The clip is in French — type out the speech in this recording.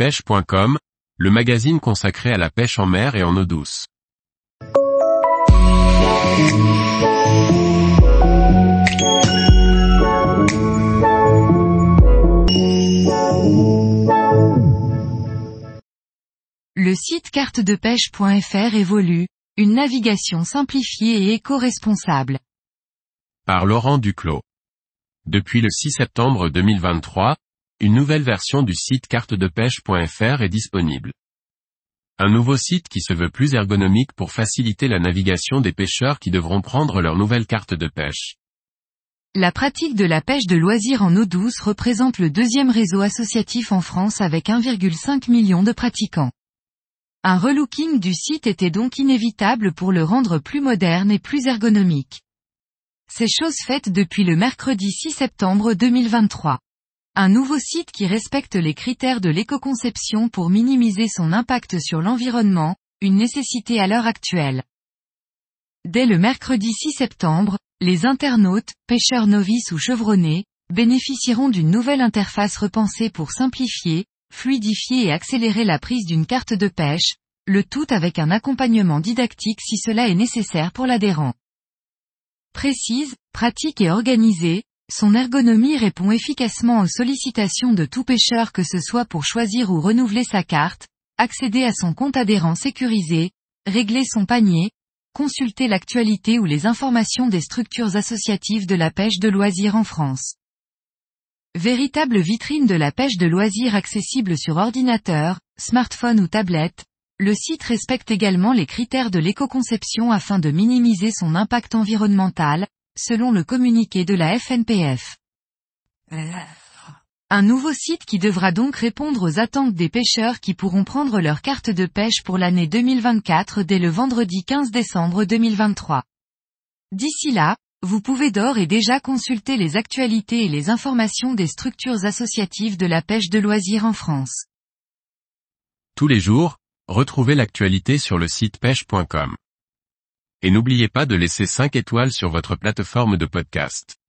pêche.com, le magazine consacré à la pêche en mer et en eau douce. Le site cartedepêche.fr évolue, une navigation simplifiée et éco-responsable. Par Laurent Duclos. Depuis le 6 septembre 2023, une nouvelle version du site cartedepêche.fr est disponible. Un nouveau site qui se veut plus ergonomique pour faciliter la navigation des pêcheurs qui devront prendre leur nouvelle carte de pêche. La pratique de la pêche de loisirs en eau douce représente le deuxième réseau associatif en France avec 1,5 million de pratiquants. Un relooking du site était donc inévitable pour le rendre plus moderne et plus ergonomique. C'est chose faite depuis le mercredi 6 septembre 2023. Un nouveau site qui respecte les critères de l'éco-conception pour minimiser son impact sur l'environnement, une nécessité à l'heure actuelle. Dès le mercredi 6 septembre, les internautes, pêcheurs novices ou chevronnés, bénéficieront d'une nouvelle interface repensée pour simplifier, fluidifier et accélérer la prise d'une carte de pêche, le tout avec un accompagnement didactique si cela est nécessaire pour l'adhérent. Précise, pratique et organisée, son ergonomie répond efficacement aux sollicitations de tout pêcheur que ce soit pour choisir ou renouveler sa carte, accéder à son compte adhérent sécurisé, régler son panier, consulter l'actualité ou les informations des structures associatives de la pêche de loisirs en France. Véritable vitrine de la pêche de loisirs accessible sur ordinateur, smartphone ou tablette, le site respecte également les critères de l'éco-conception afin de minimiser son impact environnemental, selon le communiqué de la FNPF. Un nouveau site qui devra donc répondre aux attentes des pêcheurs qui pourront prendre leur carte de pêche pour l'année 2024 dès le vendredi 15 décembre 2023. D'ici là, vous pouvez d'ores et déjà consulter les actualités et les informations des structures associatives de la pêche de loisirs en France. Tous les jours, retrouvez l'actualité sur le site pêche.com. Et n'oubliez pas de laisser 5 étoiles sur votre plateforme de podcast.